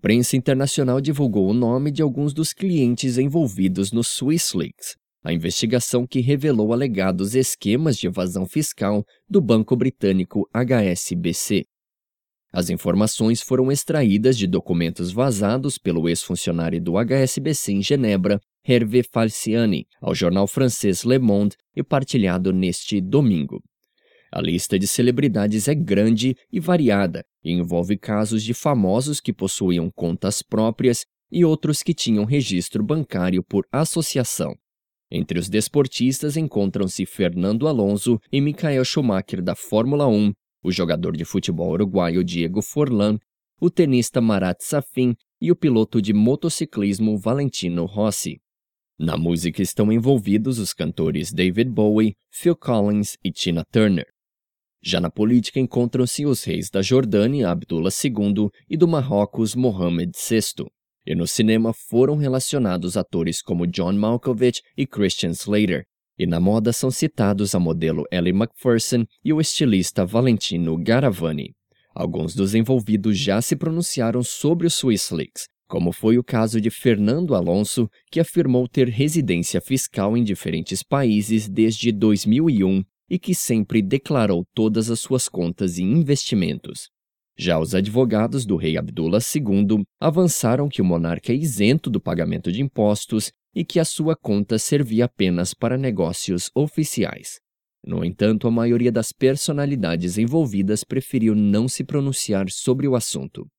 imprensa internacional divulgou o nome de alguns dos clientes envolvidos no SwissLeaks, a investigação que revelou alegados esquemas de evasão fiscal do banco britânico HSBC. As informações foram extraídas de documentos vazados pelo ex-funcionário do HSBC em Genebra, Hervé Falciani, ao jornal francês Le Monde e partilhado neste domingo. A lista de celebridades é grande e variada e envolve casos de famosos que possuíam contas próprias e outros que tinham registro bancário por associação. Entre os desportistas encontram-se Fernando Alonso e Michael Schumacher da Fórmula 1, o jogador de futebol uruguaio Diego Forlán, o tenista Marat Safin e o piloto de motociclismo Valentino Rossi. Na música estão envolvidos os cantores David Bowie, Phil Collins e Tina Turner. Já na política encontram-se os reis da Jordânia, Abdullah II, e do Marrocos, Mohammed VI. E no cinema foram relacionados atores como John Malkovich e Christian Slater. E na moda são citados a modelo Ellie Macpherson e o estilista Valentino Garavani. Alguns dos envolvidos já se pronunciaram sobre o SwissLeaks, como foi o caso de Fernando Alonso, que afirmou ter residência fiscal em diferentes países desde 2001 e que sempre declarou todas as suas contas e investimentos. Já os advogados do rei Abdullah II avançaram que o monarca é isento do pagamento de impostos e que a sua conta servia apenas para negócios oficiais. No entanto, a maioria das personalidades envolvidas preferiu não se pronunciar sobre o assunto.